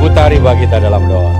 Putari bagi kita dalam doa.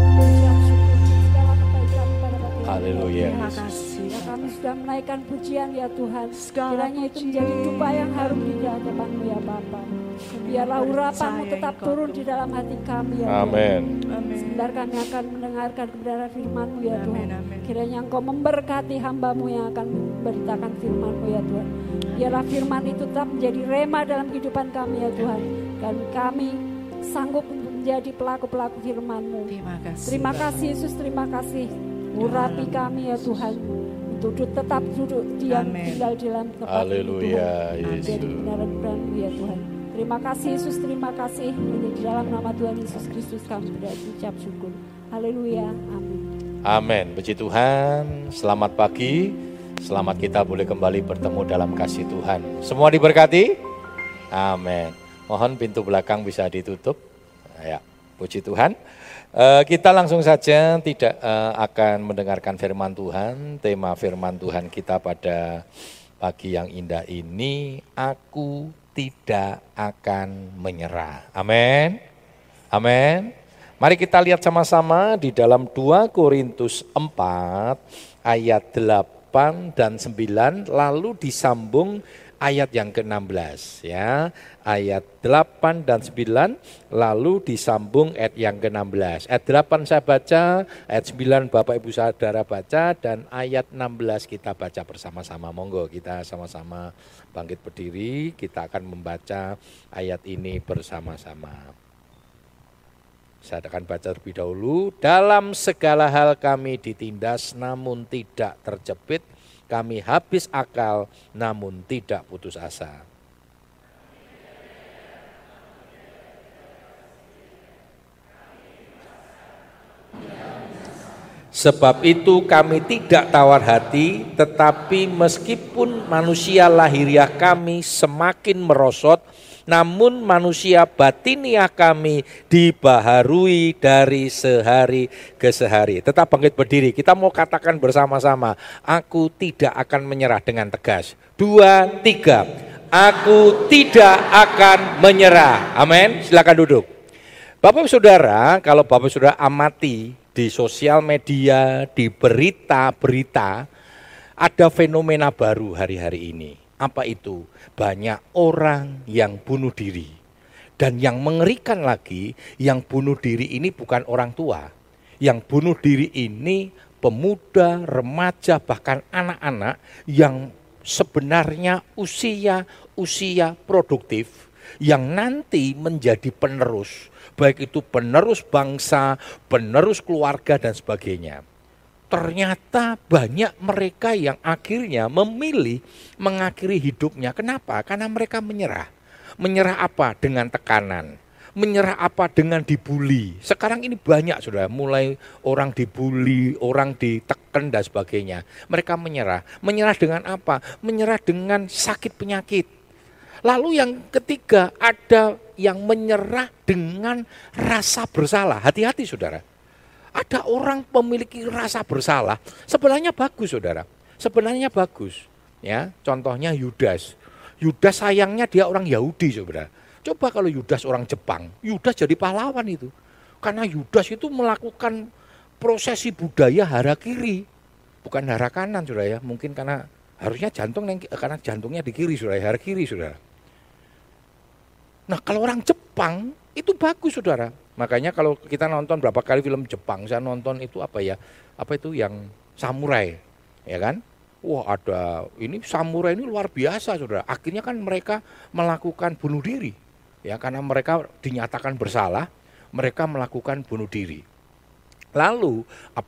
Haleluya. Terima kasih. Ya, kami sudah menaikkan pujian ya Tuhan. Kiranya itu menjadi dupa yang harum di hadapan-Mu ya Bapa. Biarlah urapan-Mu tetap turun di dalam hati kami ya Tuhan. Amin. Sebentar kami akan mendengarkan kebenaran firman-Mu ya Tuhan. Kiranya Engkau memberkati hamba-Mu yang akan memberitakan firman-Mu ya Tuhan. Biarlah firman itu tetap menjadi rema dalam kehidupan kami ya Tuhan. Dan kami sanggup untuk menjadi pelaku-pelaku firman-Mu. Terima kasih Yesus, terima kasih. Urapi kami ya Tuhan. Untuk tetap duduk diam tinggal di dalam tempat Haleluya, Yesus. Kebenaran-Mu ya Tuhan. Terima kasih Yesus, terima kasih. Ini di dalam nama Tuhan Yesus Kristus kami berucap syukur. Haleluya, amin. Amin. Puji Tuhan. Selamat pagi. Selamat kita boleh kembali bertemu dalam kasih Tuhan. Semua diberkati? Amin. Mohon pintu belakang bisa ditutup. Ya, puji Tuhan. Kita langsung saja tidak akan mendengarkan firman Tuhan. Tema firman Tuhan kita pada pagi yang indah ini, aku tidak akan menyerah. Amin. Amin. Mari kita lihat sama-sama di dalam 2 Korintus 4 ayat 8 dan 9 lalu disambung ayat yang ke-16 ya. Ayat 8 dan 9 lalu disambung ayat yang ke-16. Ayat 8 saya baca, ayat 9 Bapak Ibu Saudara baca, dan ayat 16 kita baca bersama-sama. Monggo kita sama-sama bangkit berdiri, kita akan membaca ayat ini bersama-sama. Saya akan baca terlebih dahulu. Dalam segala hal kami ditindas namun tidak terjepit, kami habis akal namun tidak putus asa. Sebab itu kami tidak tawar hati, tetapi meskipun manusia lahiriah kami semakin merosot, namun manusia batiniah kami dibaharui dari sehari ke sehari. Tetap bangkit berdiri, kita mau katakan bersama-sama, aku tidak akan menyerah dengan tegas. 2, 3, aku tidak akan menyerah. Amin, silakan duduk. Bapak Saudara, kalau Bapak Saudara amati di sosial media, di berita-berita, ada fenomena baru hari-hari ini. Apa itu? Banyak orang yang bunuh diri. Dan yang mengerikan lagi, yang bunuh diri ini bukan orang tua. Yang bunuh diri ini pemuda, remaja, bahkan anak-anak yang sebenarnya usia produktif yang nanti menjadi penerus. Baik itu penerus bangsa, penerus keluarga dan sebagainya. Ternyata banyak mereka yang akhirnya memilih mengakhiri hidupnya. Kenapa? Karena mereka menyerah. Menyerah apa? Dengan tekanan. Menyerah apa? Dengan dibully. Sekarang ini banyak sudah, mulai orang dibully, orang ditekan dan sebagainya. Mereka menyerah. Menyerah dengan apa? Menyerah dengan sakit penyakit. Lalu yang ketiga, ada yang menyerah dengan rasa bersalah. Hati-hati saudara. Ada orang memiliki rasa bersalah, sebenarnya bagus saudara. Sebenarnya bagus. Ya, contohnya Yudas. Yudas sayangnya dia orang Yahudi saudara. Coba kalau Yudas orang Jepang, Yudas jadi pahlawan itu. Karena Yudas itu melakukan prosesi budaya harakiri. Bukan hara kanan saudara ya, mungkin karena harusnya karena jantungnya di kiri saudara, harakiri saudara. Nah kalau orang Jepang itu bagus saudara. Makanya kalau kita nonton berapa kali film Jepang, saya nonton itu apa itu yang samurai, ya kan? Wah ada, ini samurai ini luar biasa saudara. Akhirnya kan mereka melakukan bunuh diri, ya karena mereka dinyatakan bersalah, mereka melakukan bunuh diri. Lalu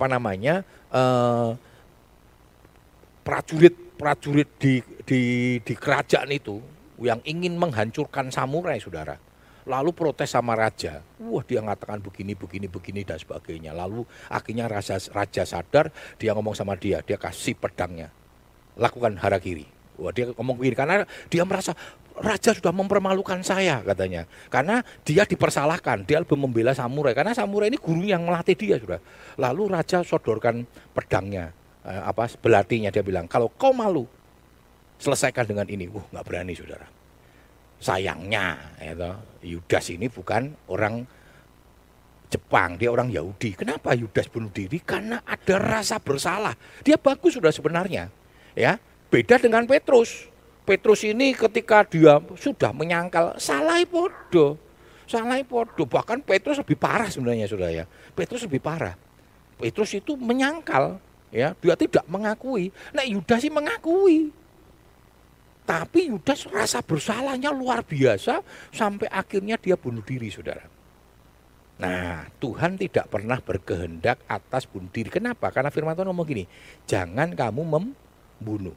prajurit di kerajaan itu yang ingin menghancurkan samurai saudara. Lalu protes sama raja. Wah dia mengatakan begini dan sebagainya. Lalu akhirnya raja sadar, dia ngomong sama dia kasih pedangnya. Lakukan harakiri. Wah dia ngomong begini karena dia merasa raja sudah mempermalukan saya katanya. Karena dia dipersalahkan, dia lebih membela samurai. Karena samurai ini guru yang melatih dia sudah. Lalu raja sodorkan pedangnya, belatinya, dia bilang kalau kau malu selesaikan dengan ini. Nggak berani saudara. Sayangnya Yudas ini bukan orang Jepang, dia orang Yahudi. Kenapa Yudas bunuh diri? Karena ada rasa bersalah. Dia bagus sudah sebenarnya. Ya, beda dengan Petrus. Petrus ini ketika dia sudah menyangkal, salah podo. Bahkan Petrus lebih parah sebenarnya, Saudara ya. Petrus lebih parah. Petrus itu menyangkal, ya, dia tidak mengakui. Nah, Yudas sih mengakui. Tapi Yudas rasa bersalahnya luar biasa sampai akhirnya dia bunuh diri, Saudara. Nah, Tuhan tidak pernah berkehendak atas bunuh diri. Kenapa? Karena firman Tuhan ngomong gini, jangan kamu membunuh.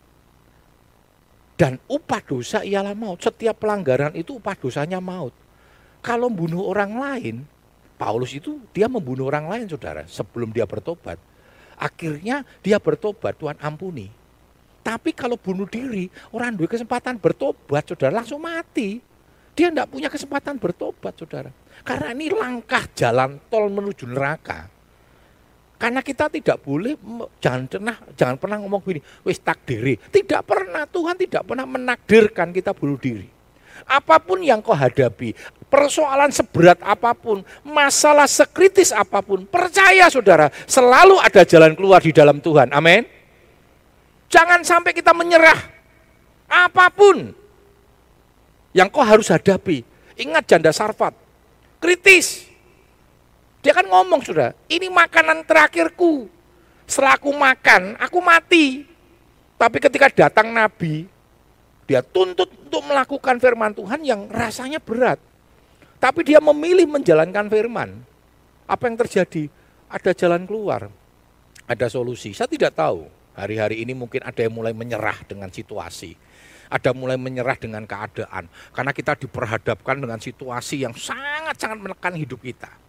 Dan upah dosa ialah maut. Setiap pelanggaran itu upah dosanya maut. Kalau membunuh orang lain, Paulus itu dia membunuh orang lain, Saudara, sebelum dia bertobat. Akhirnya dia bertobat, Tuhan ampuni. Tapi kalau bunuh diri, orang dua kesempatan bertobat, Saudara, langsung mati. Dia tidak punya kesempatan bertobat, Saudara. Karena ini langkah jalan tol menuju neraka. Karena kita tidak boleh, jangan pernah ngomong begini, wis takdiri. Tidak pernah, Tuhan tidak pernah menakdirkan kita bunuh diri. Apapun yang kau hadapi, persoalan seberat apapun, masalah sekritis apapun, percaya Saudara, selalu ada jalan keluar di dalam Tuhan. Amin. Jangan sampai kita menyerah. Apapun yang kau harus hadapi. Ingat janda Sarfat, kritis. Dia kan ngomong, Saudara, ini makanan terakhirku. Setelah aku makan, aku mati. Tapi ketika datang Nabi, dia tuntut untuk melakukan firman Tuhan yang rasanya berat. Tapi dia memilih menjalankan firman. Apa yang terjadi? Ada jalan keluar, ada solusi. Saya tidak tahu, hari-hari ini mungkin ada yang mulai menyerah dengan situasi. Ada mulai menyerah dengan keadaan. Karena kita diperhadapkan dengan situasi yang sangat-sangat menekan hidup kita.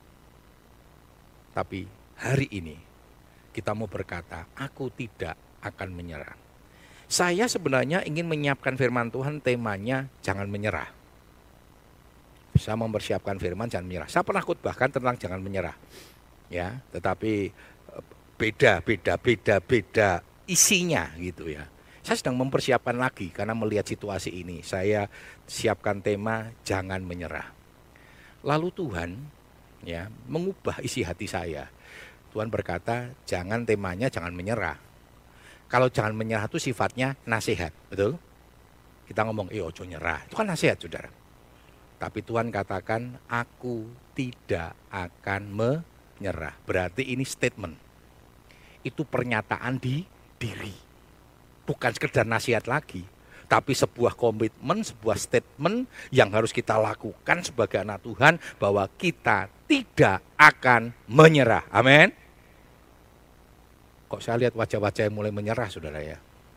Tapi hari ini kita mau berkata, aku tidak akan menyerah. Saya sebenarnya ingin menyiapkan firman Tuhan, temanya jangan menyerah. Bisa mempersiapkan firman jangan menyerah. Saya pernah khotbahkan tentang jangan menyerah. Ya, tetapi beda isinya gitu ya. Saya sedang mempersiapkan lagi karena melihat situasi ini. Saya siapkan tema jangan menyerah. Lalu Tuhan ya mengubah isi hati saya. Tuhan berkata, jangan temanya jangan menyerah. Kalau jangan menyerah itu sifatnya nasihat, betul? Kita ngomong, ojo nyerah. Itu kan nasihat, Saudara. Tapi Tuhan katakan, aku tidak akan menyerah. Berarti ini statement. Itu pernyataan di diri. Bukan sekedar nasihat lagi. Tapi sebuah komitmen, sebuah statement yang harus kita lakukan sebagai anak Tuhan bahwa kita tidak akan menyerah. Amin. Kok saya lihat wajah-wajah yang mulai menyerah, Saudara ya.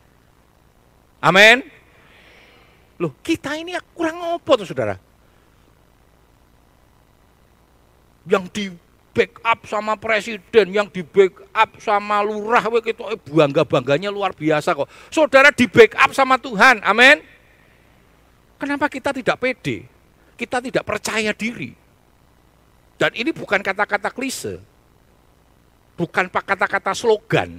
Amin. Loh, kita ini kurang ngopo tuh, Saudara. Yang di backup sama presiden, yang di backup sama lurah, itu bangga-bangganya luar biasa kok. Saudara di backup sama Tuhan, amin. Kenapa kita tidak pede? Kita tidak percaya diri. Dan ini bukan kata-kata klise, bukan kata-kata slogan,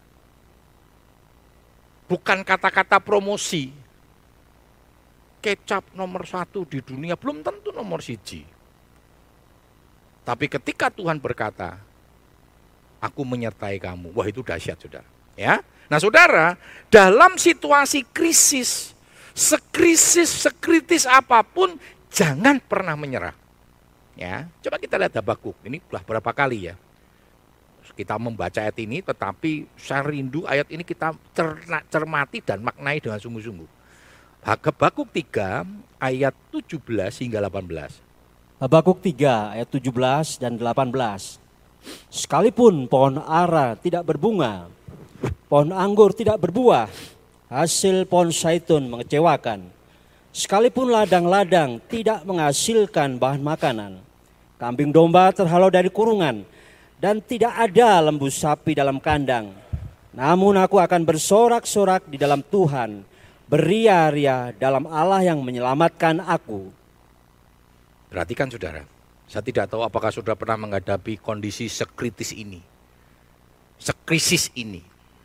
bukan kata-kata promosi. Kecap nomor 1 di dunia belum tentu nomor 1. Tapi ketika Tuhan berkata, aku menyertai kamu, wah itu dahsyat, Saudara. Ya, nah Saudara, dalam situasi krisis, sekritis apapun, jangan pernah menyerah. Ya, coba kita lihat Habakuk, ini sudah berapa kali ya kita membaca ayat ini, tetapi saya rindu ayat ini kita cermati dan maknai dengan sungguh-sungguh. Habakuk 3 ayat 17 hingga 18. Habakuk 3 ayat 17 dan 18. Sekalipun pohon ara tidak berbunga, pohon anggur tidak berbuah, hasil pohon zaitun mengecewakan. Sekalipun ladang-ladang tidak menghasilkan bahan makanan, kambing domba terhalau dari kurungan, dan tidak ada lembu sapi dalam kandang. Namun aku akan bersorak-sorak di dalam Tuhan, beria-ria dalam Allah yang menyelamatkan aku. Perhatikan Saudara, saya tidak tahu apakah Saudara pernah menghadapi kondisi sekritis ini, sekrisis ini.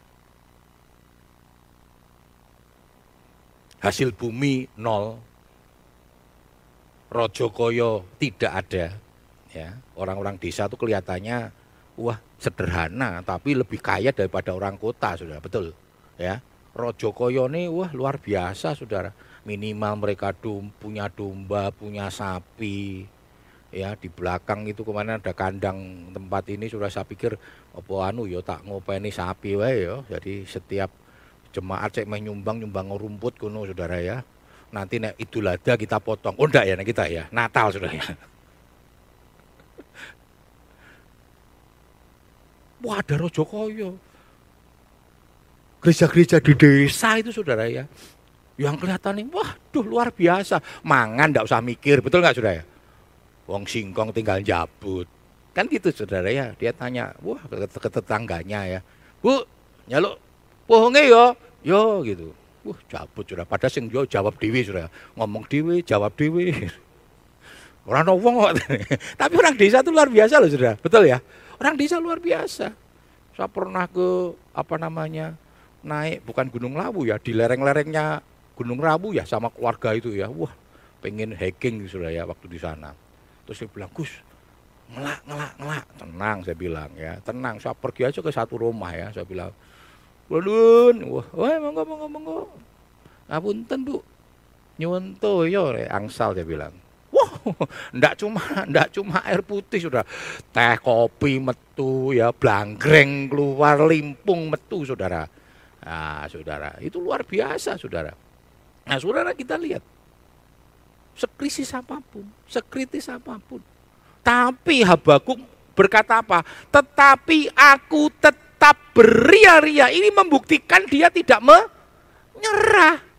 Hasil bumi 0, rojo koyo tidak ada, Ya, orang-orang desa tuh kelihatannya wah sederhana tapi lebih kaya daripada orang kota, Saudara. Betul. Ya. Rojo Koyo ini wah luar biasa, Saudara. Minimal mereka punya domba, punya sapi. Ya, di belakang itu kemana ada kandang tempat ini, sudah saya pikir apa anu ya tak ngopeni sapi wae ya. Jadi setiap jemaat cek nyumbang rumput kuno, Saudara ya. Nanti nek Idul Adha kita potong. Oh enggak ya nek kita ya. Natal, Saudara ya. Wah, ada Rojo Koyo. Gereja-gereja di desa itu, Saudara ya. Yang kelihatan waduh luar biasa. Mangan enggak usah mikir, betul enggak, Saudara ya? Wong singkong tinggal jabut. Kan gitu, Saudara ya. Dia tanya, wah ke tetangganya ya. Bu, nyaluk pohonge yo. Yo gitu. Wah, jabut, Saudara. Padahal sing yo jawab dhewe, Saudara. Ngomong dhewe, jawab dhewe. Orang wong kok. Tapi orang desa itu luar biasa loh, Saudara. Betul ya? Orang desa luar biasa. Saya pernah ke naik bukan Gunung Lawu ya, di lereng-lerengnya Gunung Lawu ya sama keluarga itu ya. Wah, pengen hiking Saudara ya waktu di sana. Terus saya bilang, Gus, ngelak. Tenang saya bilang ya, tenang. Saya pergi aja ke satu rumah ya. Saya bilang, Walun, wah monggo. Ngapunten Bu, nyuwun toyo angsal saya bilang. Wah, ndak cuma air putih, Saudara. Teh kopi metu ya, blanggreng keluar, limpung metu, Saudara. Nah, Saudara, itu luar biasa, Saudara. Nah, Saudara kita lihat. Sekritis apapun. Tapi Habakuk berkata apa? Tetapi aku tetap beria-ria. Ini membuktikan dia tidak menyerah.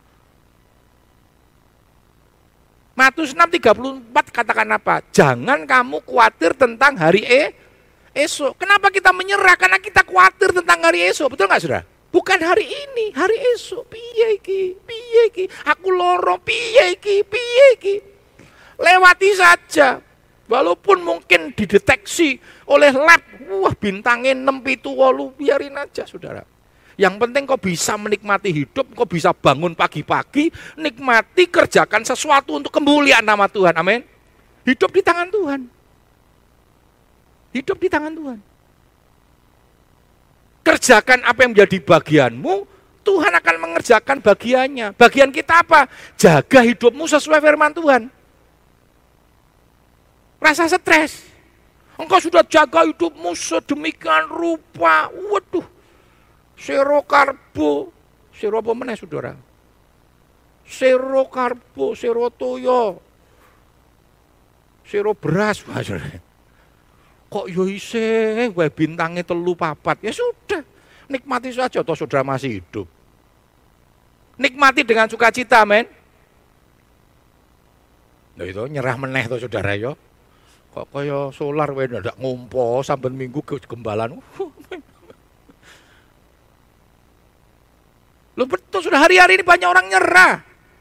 Matius 6:34 katakan apa? Jangan kamu khawatir tentang hari esok. Kenapa kita menyerah? Karena kita khawatir tentang hari esok. Betul nggak, Saudara? Bukan hari ini, hari esok. Piye iki? Aku loro, piye iki? Lewati saja. Walaupun mungkin dideteksi oleh lab, wah bintangnya 6, 7, 8, biarin aja, Saudara. Yang penting kau bisa menikmati hidup, kau bisa bangun pagi-pagi, nikmati, kerjakan sesuatu untuk kemuliaan nama Tuhan. Amin. Hidup di tangan Tuhan. Kerjakan apa yang menjadi bagianmu, Tuhan akan mengerjakan bagiannya. Bagian kita apa? Jaga hidupmu sesuai firman Tuhan. Rasa stres. Engkau sudah jaga hidupmu sedemikian rupa. Waduh. Sero karbo, sero apa meneh, Saudara? Sero karbo, sero toyo, sero beras, Saudara. Kok yo isih wae bintangnya 3, 4. Ya sudah, nikmati saja toh Saudara masih hidup. Nikmati dengan sukacita, amin. Nah itu nyerah meneh toh Saudara yo. Kok kaya solar wae ndak ngompo saben minggu ke gembalan. Loh betul, sudah hari-hari ini banyak orang nyerah.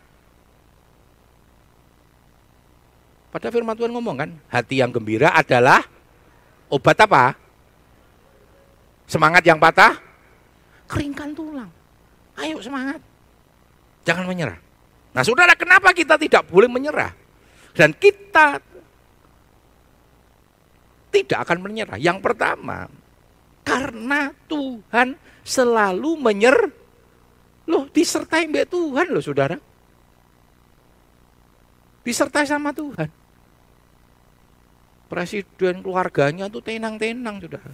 Padahal firman Tuhan ngomong kan, hati yang gembira adalah obat apa? Semangat yang patah, keringkan tulang. Ayo semangat. Jangan menyerah. Nah, Saudara, kenapa kita tidak boleh menyerah? Dan kita tidak akan menyerah. Yang pertama, karena Tuhan selalu menyerah. Loh, disertai mbak Tuhan loh, Saudara. Disertai sama Tuhan. Presiden keluarganya tuh tenang-tenang, Saudara.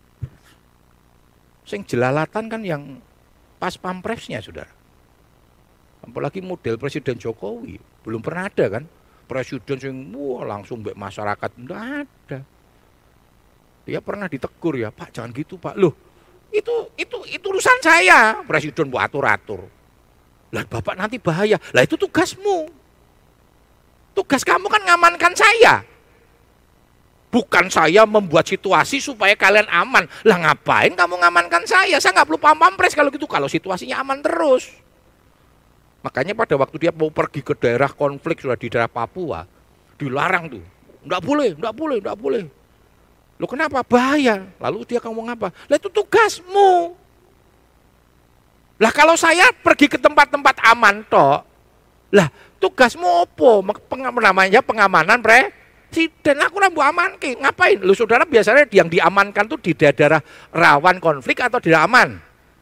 Sing jelalatan kan yang pas pampresnya, Saudara. Apalagi model Presiden Jokowi, belum pernah ada kan. Presiden sing langsung mbak masyarakat, enggak ada. Dia pernah ditegur ya, Pak jangan gitu Pak. Loh, itu urusan saya. Presiden buat atur-atur. Lah Bapak nanti bahaya. Lah itu tugasmu. Tugas kamu kan ngamankan saya. Bukan saya membuat situasi supaya kalian aman. Lah ngapain kamu ngamankan saya? Saya nggak perlu pampres kalau gitu. Kalau situasinya aman terus. Makanya pada waktu dia mau pergi ke daerah konflik sudah di daerah Papua, dilarang tuh. Nggak boleh. Loh kenapa? Bahaya. Lalu dia ngomong apa? Lah itu tugasmu. Lah kalau saya pergi ke tempat-tempat aman toh, lah tugasmu apa? Namanya pengamanan presiden, aku ora mbok amanke. Ngapain? Lu saudara, biasanya yang diamankan tuh di daerah rawan konflik atau di aman?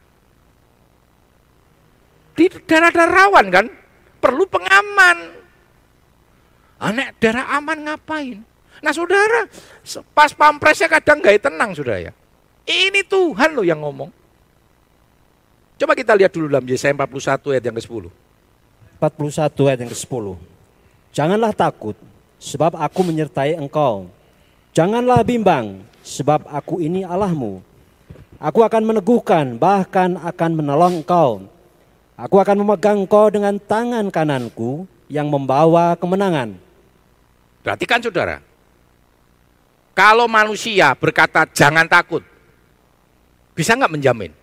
Di daerah-daerah rawan kan? Perlu pengaman. Anak daerah aman ngapain? Nah saudara, pas pampresnya kadang gak tenang saudara ya. Ini Tuhan loh yang ngomong. Coba kita lihat dulu dalam Yesaya 41 ayat yang ke-10. 41 ayat yang ke-10. Janganlah takut, sebab aku menyertai engkau. Janganlah bimbang, sebab aku ini Allahmu. Aku akan meneguhkan, bahkan akan menolong engkau. Aku akan memegang engkau dengan tangan kananku yang membawa kemenangan. Perhatikan saudara, kalau manusia berkata jangan takut, bisa nggak menjamin?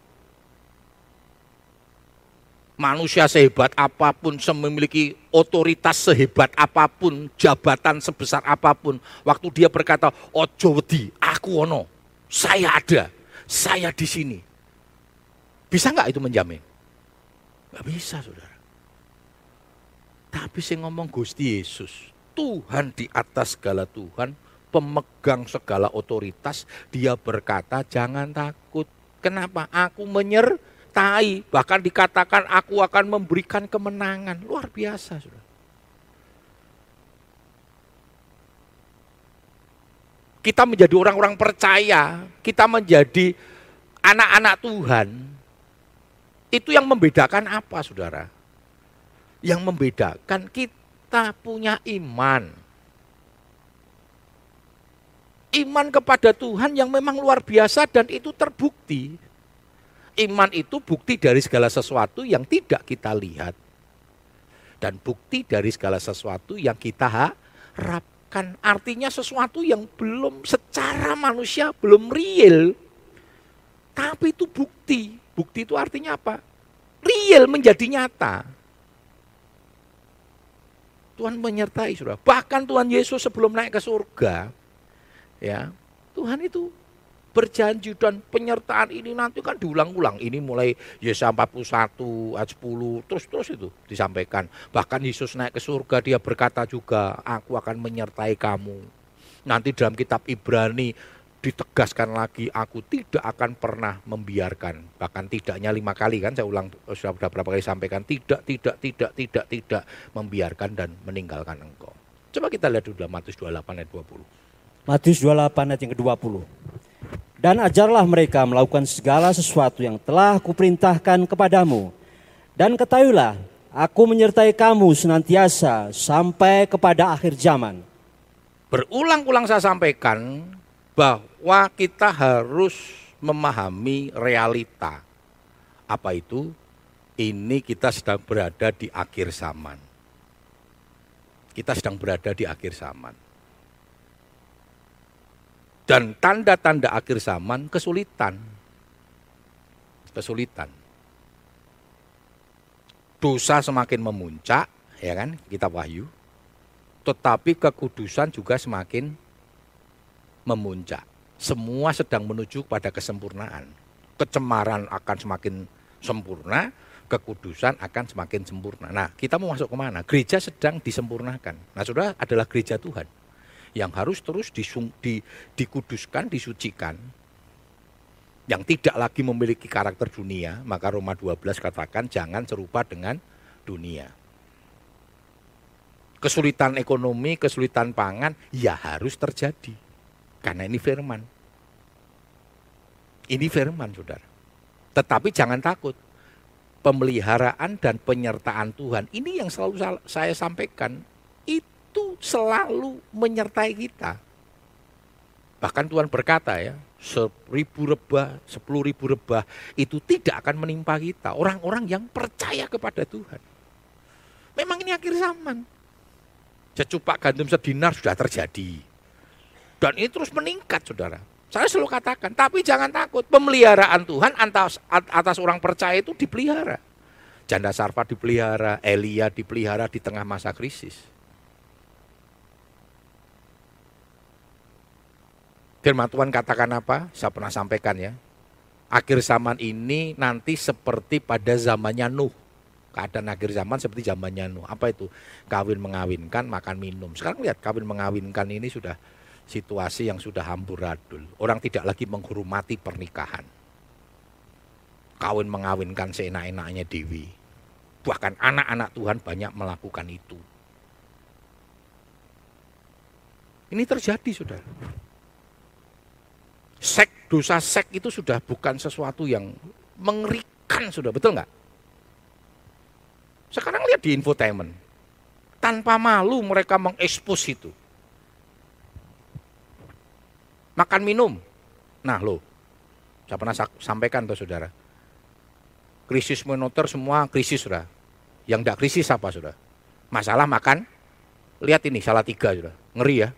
Manusia sehebat apapun, memiliki otoritas sehebat apapun, jabatan sebesar apapun, waktu dia berkata, ojo wedi, aku ono, saya ada, saya di sini. Bisa nggak itu menjamin? Nggak bisa saudara. Tapi saya ngomong Gusti Yesus, Tuhan di atas segala Tuhan, pemegang segala otoritas, dia berkata jangan takut. Kenapa? Aku menyertai, bahkan dikatakan aku akan memberikan kemenangan. Luar biasa saudara. Kita menjadi orang-orang percaya, kita menjadi anak-anak Tuhan. Itu yang membedakan apa saudara? Yang membedakan kita punya iman. Iman kepada Tuhan yang memang luar biasa dan itu terbukti. Iman itu bukti dari segala sesuatu yang tidak kita lihat. Dan bukti dari segala sesuatu yang kita harapkan. Artinya sesuatu yang belum secara manusia belum real. Tapi itu bukti. Bukti itu artinya apa? Real, menjadi nyata. Tuhan menyertai saudara. Bahkan Tuhan Yesus sebelum naik ke surga, ya, Tuhan itu berjanji dan penyertaan ini nanti kan diulang-ulang. Ini mulai Yesaya 41 ayat 10 terus itu disampaikan. Bahkan Yesus naik ke surga dia berkata juga, aku akan menyertai kamu. Nanti dalam kitab Ibrani ditegaskan lagi, aku tidak akan pernah membiarkan. Bahkan tidaknya 5 kali kan, saya ulang sudah berapa kali sampaikan, tidak membiarkan dan meninggalkan engkau. Coba kita lihat dulu dalam Matius 28 ayat 20. Matius 28 ayat yang ke-20. Dan ajarlah mereka melakukan segala sesuatu yang telah kuperintahkan kepadamu. Dan ketahuilah, aku menyertai kamu senantiasa sampai kepada akhir zaman. Berulang-ulang saya sampaikan bahwa kita harus memahami realita. Apa itu? Ini kita sedang berada di akhir zaman. Kita sedang berada di akhir zaman. Dan tanda-tanda akhir zaman kesulitan. Dosa semakin memuncak, ya kan? Kitab Wahyu. Tetapi kekudusan juga semakin memuncak. Semua sedang menuju pada kesempurnaan. Kecemaran akan semakin sempurna, kekudusan akan semakin sempurna. Nah, kita mau masuk kemana? Gereja sedang disempurnakan. Nah, saudara adalah gereja Tuhan yang harus terus dikuduskan, disucikan, yang tidak lagi memiliki karakter dunia. Maka Roma 12 katakan jangan serupa dengan dunia. Kesulitan ekonomi, kesulitan pangan, ya harus terjadi. Karena ini firman. Ini firman saudara. Tetapi jangan takut. Pemeliharaan dan penyertaan Tuhan, ini yang selalu saya sampaikan, itu selalu menyertai kita. Bahkan Tuhan berkata ya, 1.000 rebah, 10.000 rebah itu tidak akan menimpa kita. Orang-orang yang percaya kepada Tuhan. Memang ini akhir zaman. Secupak gandum sedinar sudah terjadi. Dan ini terus meningkat saudara. Saya selalu katakan, tapi jangan takut. Pemeliharaan Tuhan atas orang percaya itu dipelihara. Janda Sarfat dipelihara, Elia dipelihara di tengah masa krisis. Firman Tuhan katakan apa? Saya pernah sampaikan ya. Akhir zaman ini nanti seperti pada zamannya Nuh. Keadaan akhir zaman seperti zamannya Nuh. Apa itu? Kawin mengawinkan, makan minum. Sekarang lihat kawin mengawinkan ini sudah situasi yang sudah amburadul. Orang tidak lagi menghormati pernikahan. Kawin mengawinkan seenak-enaknya dewi. Bahkan anak-anak Tuhan banyak melakukan itu. Ini terjadi, saudara. Dosa seks itu sudah bukan sesuatu yang mengerikan, sudah betul nggak? Sekarang lihat di infotainment, tanpa malu mereka mengekspos itu. Makan minum, nah loh, saya pernah sampaikan tuh saudara, krisis moneter semua krisis sudah. Yang tidak krisis apa sudah? Masalah makan, lihat ini salah tiga sudah, ngeri ya.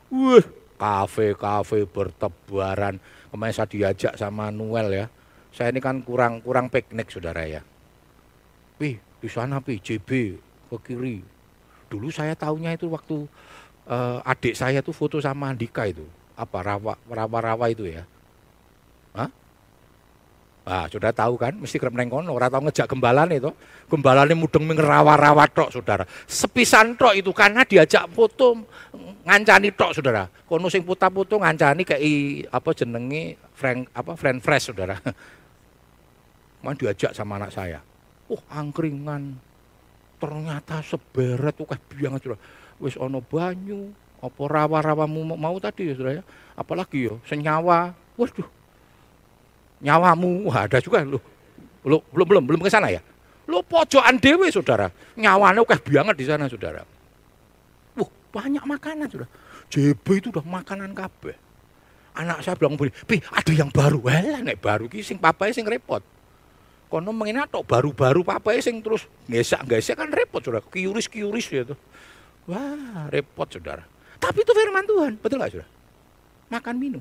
Kafe bertebaran. Kemarin saya diajak sama Noel ya. Saya ini kan kurang piknik saudara ya. Wih, di sana JB ke kiri. Dulu saya tahunya itu waktu adik saya tuh foto sama Andika itu. Apa rawa itu ya. Hah? Nah, sudah tahu kan, mesti kerep neng kono, ora tau ngejak gembalan itu. Gembalane mudeng ngerawa-rawa tok, saudara. Sepisan tok itu karena diajak foto ngancani tok, saudara. Kono sing puta-putu ngancani kayak apa jenenge friend fresh, saudara. Man diajak sama anak saya. Angkringan. Ternyata seberet tuh kayak biang, saudara. Wis ono banyu, apa rawa-rawamu mau tadi ya, saudara. Apalagi ya, senyawa. Waduh. Nyawamu ada juga lu belum ke sana ya. Lu pojokan dewe saudara, nyawanya kayak banget di sana saudara. Banyak makanan saudara. JB itu udah makanan kabeh. Anak saya bilang, "Pi, ada yang baru." Lah nek baru ki sing papae sing repot. Kono mengen tok baru-baru papae sing terus ngesak-ngesek kan repot saudara. Kiuris gitu. Wah, repot saudara. Tapi itu firman Tuhan, betul enggak saudara? Makan minum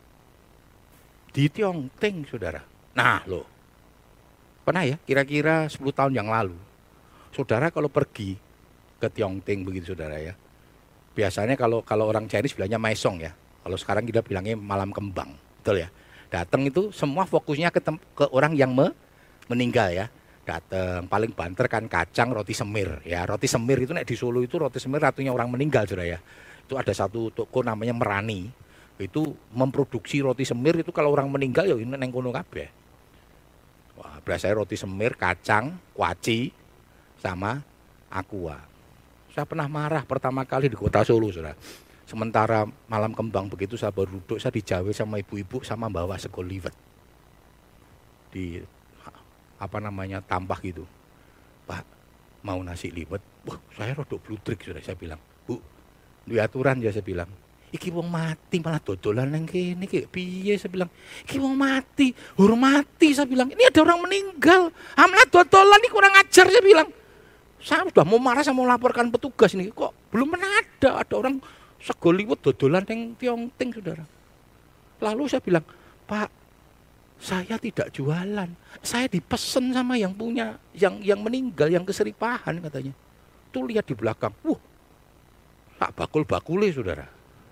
di Tiongting, saudara. Nah, loh. Pernah ya, kira-kira 10 tahun yang lalu. Saudara kalau pergi ke Tiongting begitu, saudara ya. Biasanya kalau orang Chinese bilangnya maisong ya. Kalau sekarang kita bilangnya malam kembang. Betul ya. Datang itu semua fokusnya ke orang yang meninggal ya. Datang, paling banter kan kacang, roti semir. Ya, roti semir itu nek di Solo itu roti semir ratunya orang meninggal, saudara ya. Itu ada satu toko namanya Merani. Itu memproduksi roti semir itu kalau orang meninggal ya ini neng kono kabeh. Wah, biasanya roti semir, kacang, kuaci sama aqua. Saya pernah marah pertama kali di kota Solo, saudara. Sementara malam kembang begitu saya baru duduk, saya dijawe sama ibu-ibu sama bawa sego liwet. Di tampah gitu. Pak, mau nasi liwet? Wah, saya rodok bludrik, saudara. Saya bilang, "Bu, duwe aturan ya," saya bilang. "Iki wong mati malah dodolan nang kene iki piye?" Saya bilang. "Iki wong mati, hormati," saya bilang. "Ini ada orang meninggal. Malah dodolan ini kurang ajar," saya bilang. Saya sudah mau marah, saya mau laporkan petugas ini. Kok belum pernah ada orang sego liwet dodolan nang Tiongting, saudara. Lalu saya bilang, "Pak, saya tidak jualan. Saya dipesen sama yang punya, yang meninggal, yang keseripahan," katanya. Tuh lihat di belakang. Tak bakul-bakule, saudara.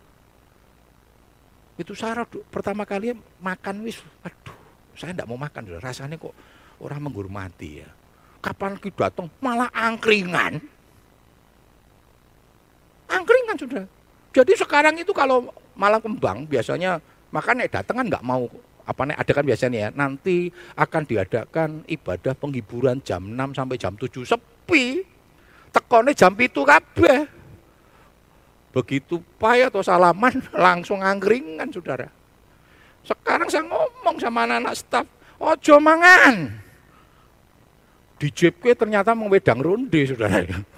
Itu saya pertama kali makan aduh, saya tidak mau makan, saudara. Rasanya kok orang menghormati ya. Kapan kita datang malah angkringan. Angkringan, saudara. Jadi sekarang itu kalau malam kembang biasanya makan datang kan nggak mau ada kan biasanya ya. Nanti akan diadakan ibadah penghiburan jam 6 sampai jam 7 sepi. Tekone jam 7 kabeh. Begitu payah atau salaman langsung angkringan, saudara. Sekarang saya ngomong sama anak-anak staf, ojo mangan. Di JP ternyata mengwedang ronde, saudara.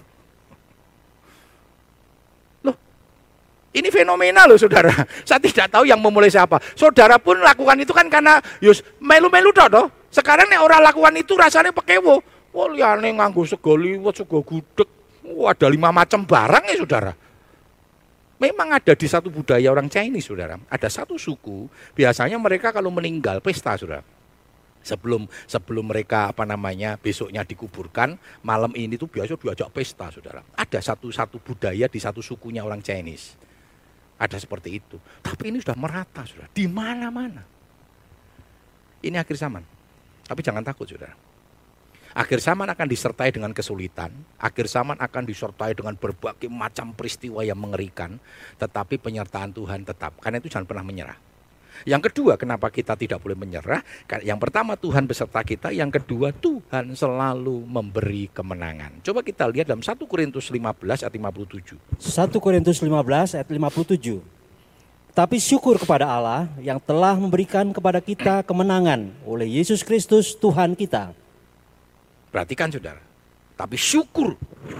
Loh, ini fenomena loh, saudara. Saya tidak tahu yang memulai siapa. Saudara pun lakukan itu kan karena melu-melu toh. Sekarang nek orang lakukan itu rasanya pekewo. Liane nganggo sego liwet, sego gudeg. Ada 5 macam barang ya, saudara. Memang ada di satu budaya orang Chinese, saudara. Ada satu suku, biasanya mereka kalau meninggal pesta, saudara. Sebelum mereka besoknya dikuburkan, malam ini tuh biasa diajak pesta, saudara. Ada satu budaya di satu sukunya orang Chinese. Ada seperti itu. Tapi ini sudah merata, saudara. Di mana-mana. Ini akhir zaman. Tapi jangan takut, saudara. Akhir zaman akan disertai dengan kesulitan, akhir zaman akan disertai dengan berbagai macam peristiwa yang mengerikan, tetapi penyertaan Tuhan tetap. Karena itu jangan pernah menyerah. Yang kedua, kenapa kita tidak boleh menyerah? Yang pertama, Tuhan beserta kita. Yang kedua, Tuhan selalu memberi kemenangan. Coba kita lihat dalam 1 Korintus 15 ayat 57. 1 Korintus 15 ayat 57. Tapi syukur kepada Allah yang telah memberikan kepada kita kemenangan oleh Yesus Kristus Tuhan kita. Perhatikan saudara, tapi syukur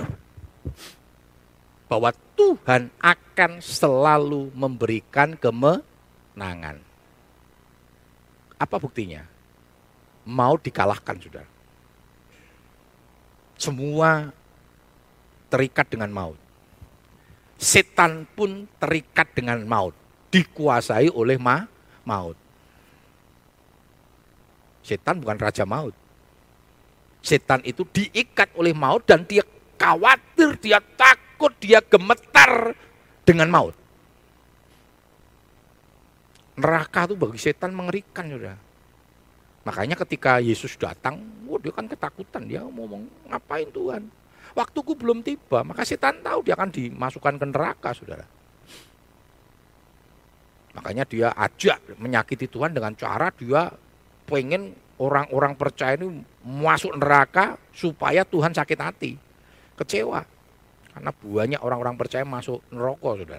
bahwa Tuhan akan selalu memberikan kemenangan. Apa buktinya? Mau dikalahkan saudara. Semua terikat dengan maut. Setan pun terikat dengan maut. Dikuasai oleh maut. Setan bukan raja maut. Setan itu diikat oleh maut dan dia khawatir, dia takut, dia gemetar dengan maut. Neraka itu bagi setan mengerikan, saudara. Makanya ketika Yesus datang, dia kan ketakutan, dia ngomong, ngapain Tuhan? Waktuku belum tiba, maka setan tahu dia akan dimasukkan ke neraka, saudara. Makanya dia ajak menyakiti Tuhan dengan cara dia pengen orang-orang percaya ini masuk neraka supaya Tuhan sakit hati, kecewa. Karena banyak orang-orang percaya masuk neraka, saudara.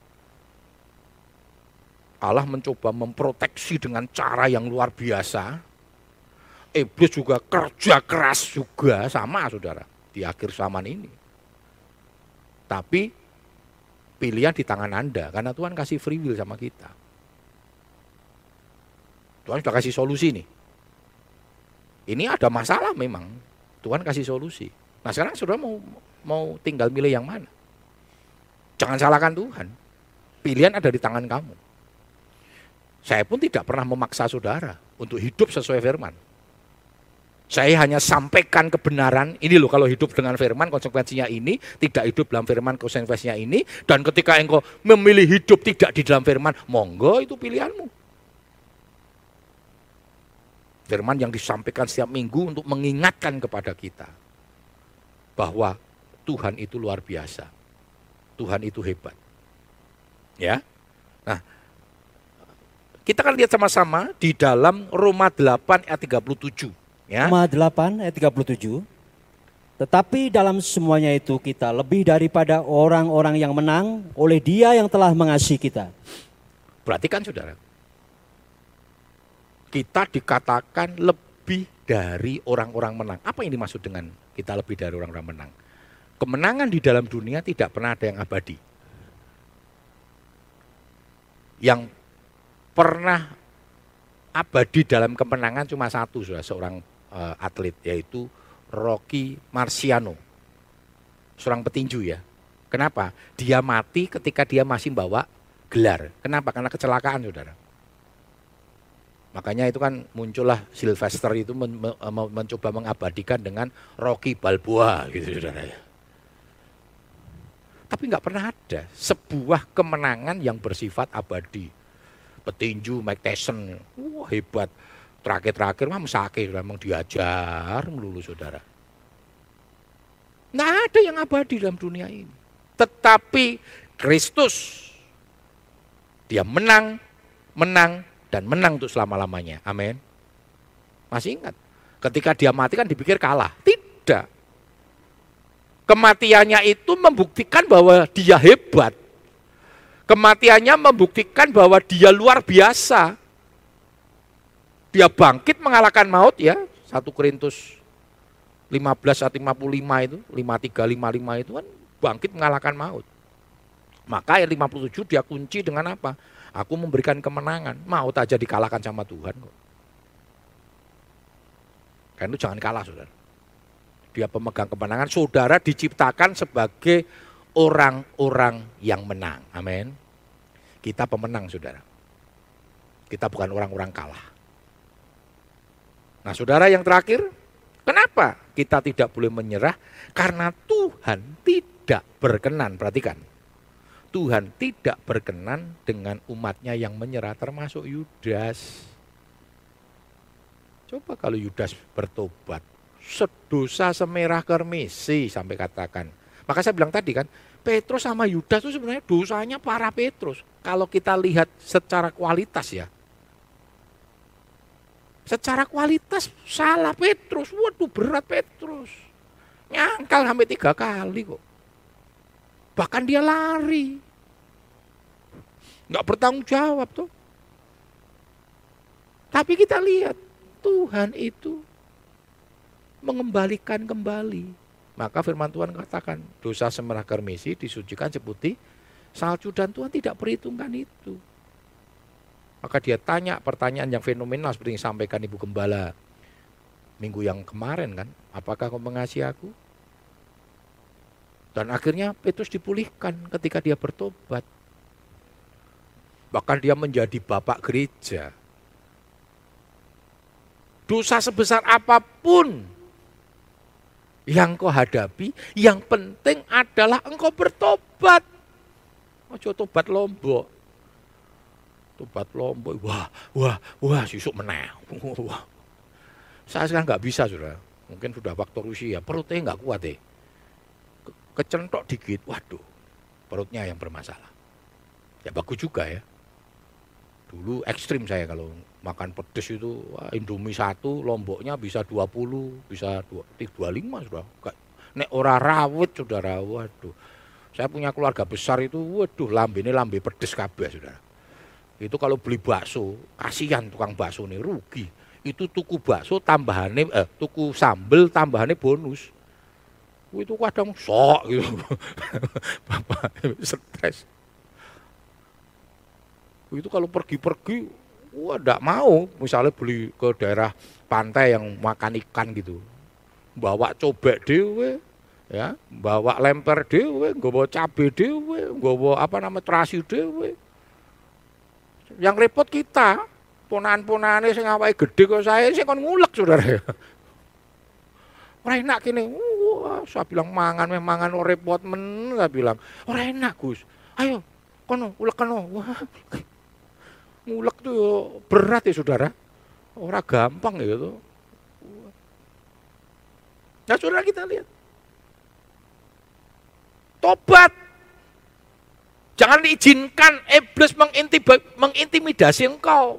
Allah mencoba memproteksi dengan cara yang luar biasa. Iblis juga kerja keras juga sama, saudara, di akhir zaman ini. Tapi pilihan di tangan Anda, karena Tuhan kasih free will sama kita. Tuhan sudah kasih solusi nih. Ini ada masalah memang, Tuhan kasih solusi. Nah sekarang saudara mau tinggal milih yang mana? Jangan salahkan Tuhan. Pilihan ada di tangan kamu. Saya pun tidak pernah memaksa saudara untuk hidup sesuai firman. Saya hanya sampaikan kebenaran, ini loh kalau hidup dengan firman konsekuensinya ini, tidak hidup dalam firman konsekuensinya ini, dan ketika engkau memilih hidup tidak di dalam firman, monggo itu pilihanmu. Firman yang disampaikan setiap minggu untuk mengingatkan kepada kita bahwa Tuhan itu luar biasa. Tuhan itu hebat. Ya. Nah, kita akan lihat sama-sama di dalam Roma 8 ayat 37. Ya. Roma 8 ayat 37. Tetapi dalam semuanya itu kita lebih daripada orang-orang yang menang oleh Dia yang telah mengasihi kita. Perhatikan saudara. Kita dikatakan lebih dari orang-orang menang. Apa yang dimaksud dengan kita lebih dari orang-orang menang? Kemenangan di dalam dunia tidak pernah ada yang abadi. Yang pernah abadi dalam kemenangan cuma satu, seorang atlet, yaitu Rocky Marciano. Seorang petinju ya. Kenapa? Dia mati ketika dia masih bawa gelar. Kenapa? Karena kecelakaan, saudara. Makanya itu kan muncullah Sylvester itu mencoba mengabadikan dengan Rocky Balboa gitu, saudara. Tapi nggak pernah ada sebuah kemenangan yang bersifat abadi. Petinju Mike Tyson, wah hebat. Terakhir mah mesake, memang diajar melulu, saudara. Nggak ada yang abadi dalam dunia ini. Tetapi Kristus, dia menang, dan menang untuk selama-lamanya. Amin. Masih ingat? Ketika dia mati kan dipikir kalah. Tidak. Kematiannya itu membuktikan bahwa dia hebat. Kematiannya membuktikan bahwa dia luar biasa. Dia bangkit mengalahkan maut ya. 1 Korintus 15 ayat 55 itu, 53, 55 itu kan bangkit mengalahkan maut. Maka ayat 57 dia kunci dengan apa? Aku memberikan kemenangan, maut aja dikalahkan sama Tuhan kok. Kan itu jangan kalah, saudara. Dia pemegang kemenangan, saudara diciptakan sebagai orang-orang yang menang. Amin. Kita pemenang, saudara. Kita bukan orang-orang kalah. Nah, saudara yang terakhir, kenapa kita tidak boleh menyerah? Karena Tuhan tidak berkenan, perhatikan. Tuhan tidak berkenan dengan umatnya yang menyerah, termasuk Yudas. Coba kalau Yudas bertobat, sedosa semerah kermisi sampai katakan. Maka saya bilang tadi kan, Petrus sama Yudas itu sebenarnya dosanya parah Petrus. Kalau kita lihat secara kualitas ya. Secara kualitas salah Petrus, waduh berat Petrus. Nyangkal sampai 3 kali kok. Bahkan dia lari. Nggak bertanggung jawab tuh. Tapi kita lihat, Tuhan itu mengembalikan kembali. Maka firman Tuhan katakan, dosa semerah kermisi disucikan seputih salju dan Tuhan tidak perhitungkan itu. Maka dia tanya pertanyaan yang fenomenal seperti yang disampaikan Ibu Gembala minggu yang kemarin kan, apakah kau mengasihi aku? Dan akhirnya Petrus dipulihkan ketika dia bertobat. Bahkan dia menjadi bapak gereja. Dosa sebesar apapun yang kau hadapi, yang penting adalah engkau bertobat. Ojo tobat lombok. Tobat lombok, wah, sisuk meneh. Wah. Saya sekarang nggak bisa, saudara. Mungkin sudah faktor usia, perutnya nggak kuat deh. Kecentok dikit, waduh, perutnya yang bermasalah. Ya bagus juga ya. Dulu ekstrim saya kalau makan pedes itu, wah, Indomie 1 lomboknya bisa 20, bisa 25 sudah. Nek ora rawit saudara, waduh. Saya punya keluarga besar itu, waduh, lambene lambe pedes kabeh saudara. Itu kalau beli bakso, kasihan tukang bakso nih, rugi. Itu tuku bakso tambahannya, tuku sambel tambahannya bonus. Itu kadang sok gitu. Bapak stres. Itu kalau pergi-pergi, wah enggak mau. Misalnya beli ke daerah pantai yang makan ikan gitu. Bawa cobek dewe, ya, bawa lemper dewe, nggawa cabe dewe, nggawa terasi dewe. Yang repot kita, ponan-ponane sing awake gede kok saya sing kon ngulek saudara. Ora enak kene. Wah, saya bilang mangan ora repot men, saya bilang. Ora enak, Gus. Ayo, kono ulek kono. Wah. Ngulek tuh berat ya saudara. Ora gampang ya itu. Nah, saudara kita lihat. Tobat. Jangan diizinkan iblis mengintimidasi engkau.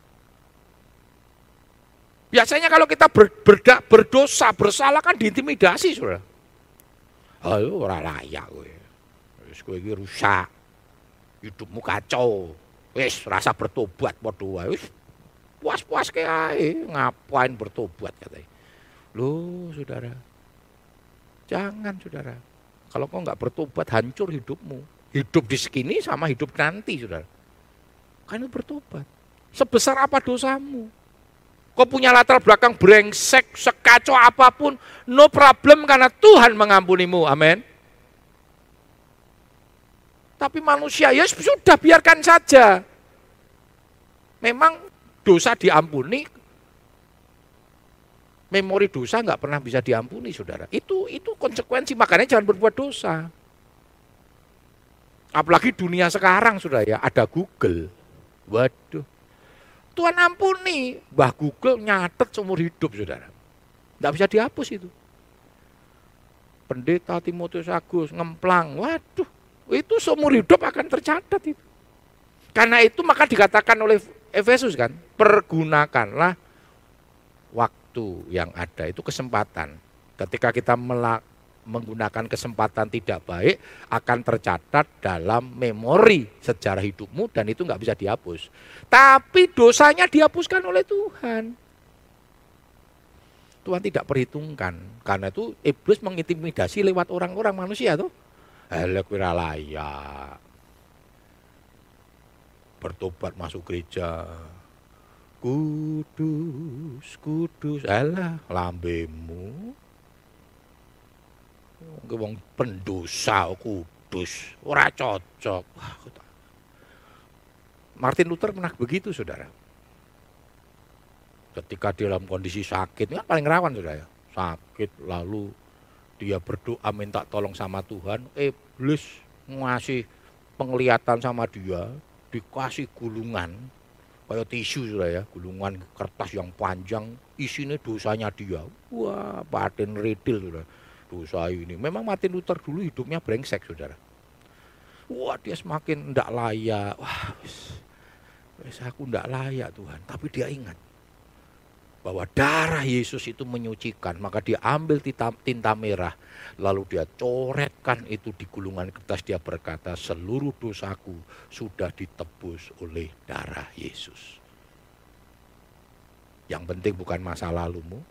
Biasanya kalau kita berdosa, bersalah kan diintimidasi, saudara. Ayo ora layak kowe. Wis kowe iki rusak. Hidupmu kacau. Wis rasa bertobat padha wae. Wis puas-puas ae, ngapain bertobat katanya. Loh, saudara. Jangan, saudara. Kalau kau enggak bertobat hancur hidupmu. Hidup di sini sama hidup nanti, saudara. Kan bertobat. Sebesar apa dosamu? Kau punya latar belakang brengsek, sekacau apapun, no problem karena Tuhan mengampunimu. Amin. Tapi manusia, ya sudah biarkan saja. Memang dosa diampuni, memori dosa nggak pernah bisa diampuni, saudara. Itu konsekuensi, makanya jangan berbuat dosa. Apalagi dunia sekarang sudah ya, ada Google. Waduh. Tuhan ampuni, Mbah Google nyatet seumur hidup, saudara. Tidak bisa dihapus itu. Pendeta Timotius Agus ngemplang, waduh, itu seumur hidup akan tercatat itu. Karena itu maka dikatakan oleh Efesus kan, pergunakanlah waktu yang ada, itu kesempatan. Ketika kita menggunakan kesempatan tidak baik akan tercatat dalam memori sejarah hidupmu dan itu nggak bisa dihapus. Tapi dosanya dihapuskan oleh Tuhan. Tuhan tidak perhitungkan. Karena itu iblis mengintimidasi lewat orang-orang manusia tuh. Elek wira layak. Bertobat masuk gereja. Kudus, alah lambemu. Wong pendosa kudus, ora cocok. Martin Luther pernah begitu, saudara. Ketika dia dalam kondisi sakit, kan paling rawan, saudara. Sakit, lalu dia berdoa minta tolong sama Tuhan, iblis ngasih penglihatan sama dia, dikasih gulungan, Kayak tisu sudah ya, gulungan kertas yang panjang, isinya dosanya dia. Wah, Martin Redil sudah. Dosa ini. Memang Martin Luther dulu hidupnya brengsek, saudara. Wah, dia semakin tidak layak. Wah, wis aku tidak layak Tuhan. Tapi dia ingat bahwa darah Yesus itu menyucikan, maka dia ambil tinta merah, lalu dia coretkan itu di gulungan kertas. Dia berkata, seluruh dosaku sudah ditebus oleh darah Yesus. Yang penting bukan masa lalumu,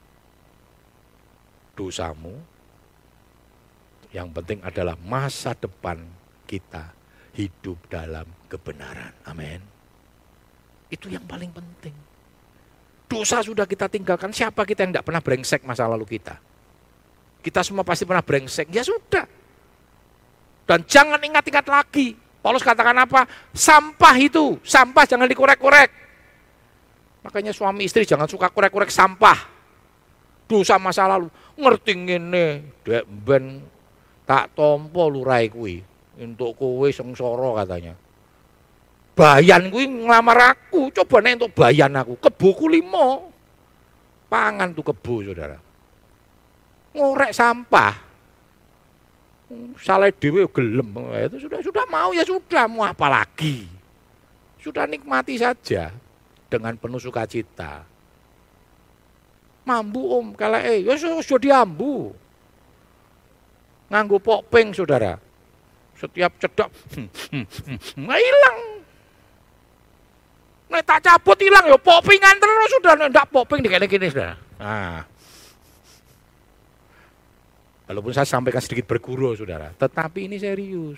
dosamu, yang penting adalah masa depan kita hidup dalam kebenaran. Amin. Itu yang paling penting. Dosa sudah kita tinggalkan, siapa kita yang tidak pernah brengsek masa lalu kita? Kita semua pasti pernah brengsek, ya sudah. Dan jangan ingat-ingat lagi. Paulus katakan apa? Sampah itu, sampah jangan dikorek-korek. Makanya suami istri jangan suka korek-korek sampah. Dosa masa lalu. Ngerti ngene, dek ben tak tompo lurai kuwi. Untuk kowe sengsara katanya. Bayan kuwi nglamar aku, coba nek untuk bayan aku, keboku 5. Pangan tuh kebo, saudara. Ngorek sampah. Salah dhewe gelem, itu sudah mau ya sudah, mau apa lagi? Sudah nikmati saja dengan penuh sukacita. Mambu om, kalau ya sudah diambu. Nganggo pokping, saudara. Setiap cedak, nggak hilang. Nek tak cabut hilang ya popingan terus sudah, ndak poping dikene-kene sudah. Nah. Walaupun saya sampaikan sedikit bergurau saudara, tetapi ini serius.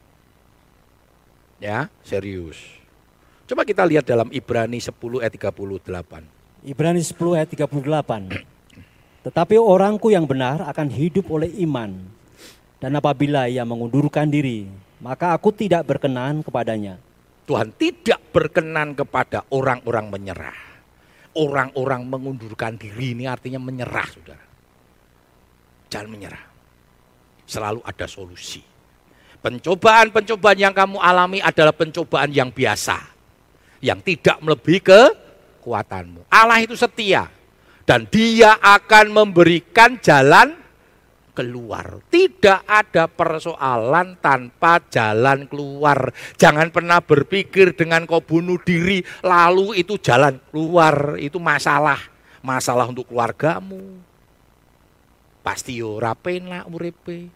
Ya, serius. Coba kita lihat dalam Ibrani 10 ayat 38. Ibrani 10 ayat 38. Tetapi orangku yang benar akan hidup oleh iman. Dan apabila ia mengundurkan diri, maka aku tidak berkenan kepadanya. Tuhan tidak berkenan kepada orang-orang menyerah. Orang-orang mengundurkan diri ini artinya menyerah, saudara. Jangan menyerah. Selalu ada solusi. Pencobaan-pencobaan yang kamu alami adalah pencobaan yang biasa. Yang tidak melebihi kekuatanmu. Allah itu setia. Dan dia akan memberikan jalan keluar. Tidak ada persoalan tanpa jalan keluar. Jangan pernah berpikir dengan kau bunuh diri lalu itu jalan keluar. Itu masalah. Masalah untuk keluargamu. Pasti yo ora penak uripe.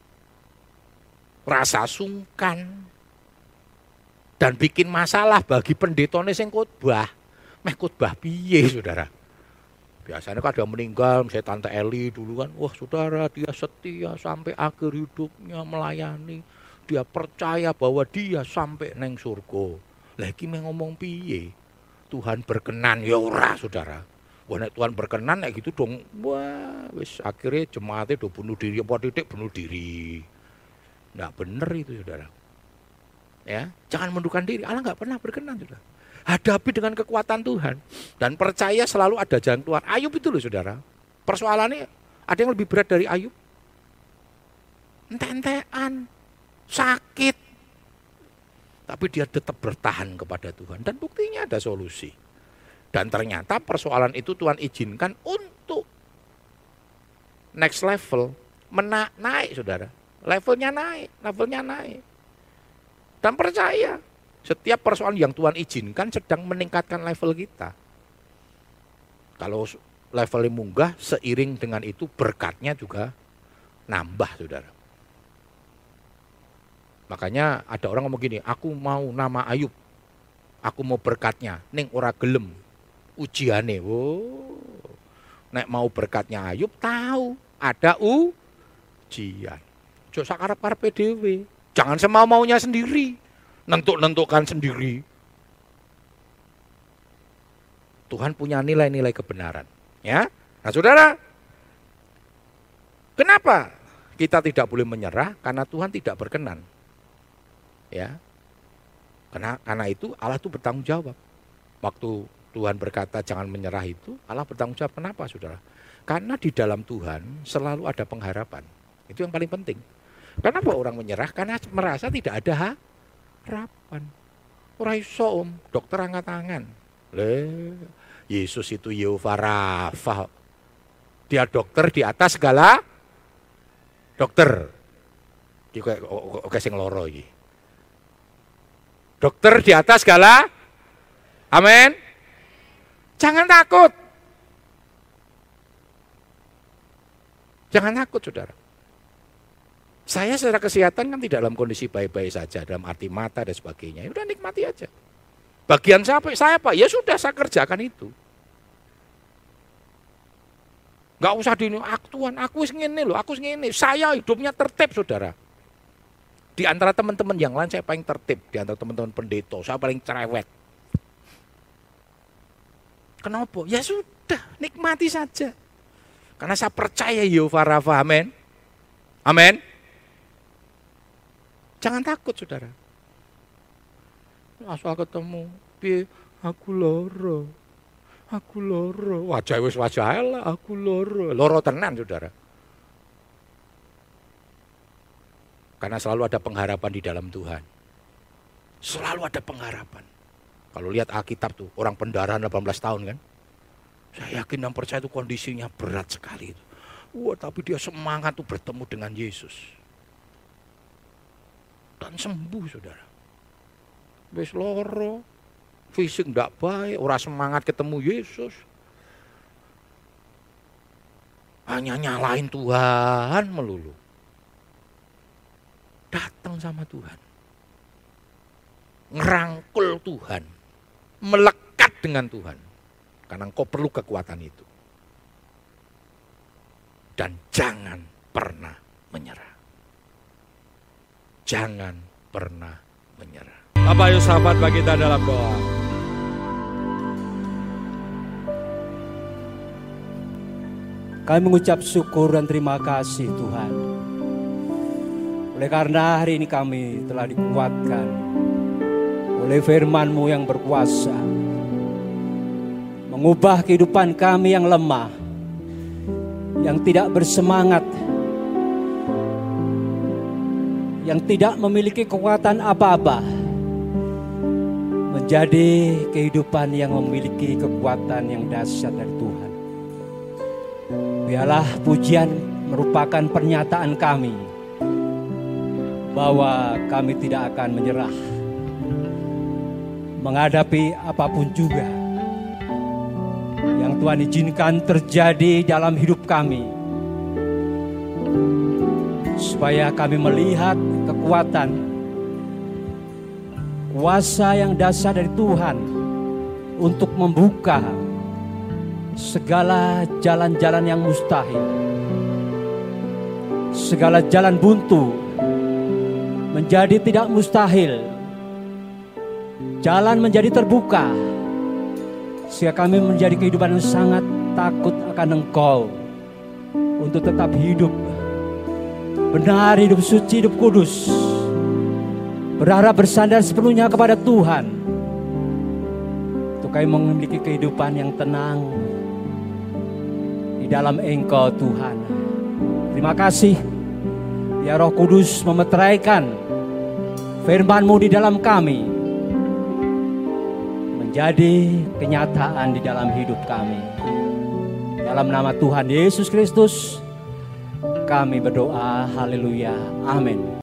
Rasa sungkan. Dan bikin masalah bagi pendetone sing khotbah. Meh khotbah piye, saudara? Biasanya kalau ada meninggal, misalnya Tante Eli dulu kan, wah saudara dia setia sampai akhir hidupnya melayani. Dia percaya bahwa dia sampai neng surga. Lagi ngomong piye? Tuhan berkenan, ya ora saudara. Wah nek Tuhan berkenan kayak gitu dong, wah wis akhirnya jemaatnya udah bunuh diri, apa titik bunuh diri. Nggak bener itu saudara. Ya, jangan mundurkan diri, Allah nggak pernah berkenan saudara. Hadapi dengan kekuatan Tuhan dan percaya selalu ada jalan keluar. Ayub itu loh saudara. Persoalannya ada yang lebih berat dari Ayub. Ente-entean, sakit. Tapi dia tetap bertahan kepada Tuhan dan buktinya ada solusi. Dan ternyata persoalan itu Tuhan izinkan untuk next level, naik saudara. Levelnya naik. Dan percaya. Setiap persoalan yang Tuhan izinkan sedang meningkatkan level kita. Kalau levelnya munggah, seiring dengan itu berkatnya juga nambah, saudara. Makanya ada orang ngomong gini, aku mau nama Ayub, aku mau berkatnya, ning ora gelem ujiane. Oh, nek mau berkatnya Ayub tahu ada ujian. Jo sakarep-karepe dhewe, jangan semau-maunya sendiri. Nentuk-nentukan sendiri. Tuhan punya nilai-nilai kebenaran. Ya, nah saudara, kenapa kita tidak boleh menyerah? Karena Tuhan tidak berkenan. Ya, karena itu Allah itu bertanggung jawab. Waktu Tuhan berkata jangan menyerah itu, Allah bertanggung jawab. Kenapa saudara? Karena di dalam Tuhan selalu ada pengharapan. Itu yang paling penting. Kenapa orang menyerah? Karena merasa tidak ada harapan. Ora iso, dokter angkat tangan. Yesus itu Yehova Rafa. Dia dokter di atas segala dokter. Oke sing loro iki. Dokter di atas segala. Amin. Jangan takut. Jangan takut, saudara. Saya secara kesehatan kan tidak dalam kondisi baik-baik saja, dalam arti mata dan sebagainya. Udah nikmati aja. Bagian saya Pak, ya sudah saya kerjakan itu. Gak usah Tuhan, aku ngene loh, aku ngene. Saya hidupnya tertib, saudara. Di antara teman-teman yang lain saya paling tertib, di antara teman-teman pendeta saya paling cerewet. Kenapa? Ya sudah, nikmati saja. Karena saya percaya Yehova Rafa, amin. Amin. Jangan takut, saudara. Asal ketemu, aku loro. Wajah wis wajah lah, aku loro. Loro tenan, saudara. Karena selalu ada pengharapan di dalam Tuhan. Selalu ada pengharapan. Kalau lihat Alkitab tuh, orang pendarahan 18 tahun kan. Saya yakin dan percaya itu kondisinya berat sekali itu. Wah, tapi dia semangat tuh bertemu dengan Yesus. Dan sembuh, saudara. Wis loro, fisik ndak baik, ora semangat ketemu Yesus. Hanya nyalain Tuhan melulu. Datang sama Tuhan. Ngerangkul Tuhan. Melekat dengan Tuhan. Karena engkau perlu kekuatan itu. Dan jangan pernah menyerah. Jangan pernah menyerah. Bapak ayo sahabat bagi kita dalam doa. Kami mengucap syukur dan terima kasih Tuhan. Oleh karena hari ini kami telah dikuatkan oleh firman-Mu yang berkuasa. Mengubah kehidupan kami yang lemah, yang tidak bersemangat, yang tidak memiliki kekuatan apa-apa, menjadi kehidupan yang memiliki kekuatan yang dahsyat dari Tuhan. Biarlah pujian merupakan pernyataan kami bahwa kami tidak akan menyerah menghadapi apapun juga yang Tuhan izinkan terjadi dalam hidup kami, supaya kami melihat kekuatan, kuasa yang dahsyat dari Tuhan untuk membuka segala jalan-jalan yang mustahil, segala jalan buntu menjadi tidak mustahil, jalan menjadi terbuka, sehingga kami menjadi kehidupan yang sangat takut akan Engkau, untuk tetap hidup benar, hidup suci, hidup kudus, berharap bersandar sepenuhnya kepada Tuhan, untuk kami memiliki kehidupan yang tenang di dalam Engkau Tuhan. Terima kasih ya Roh Kudus, memeteraikan firman-Mu di dalam kami, menjadi kenyataan di dalam hidup kami. Dalam nama Tuhan Yesus Kristus kami berdoa, haleluya, amin.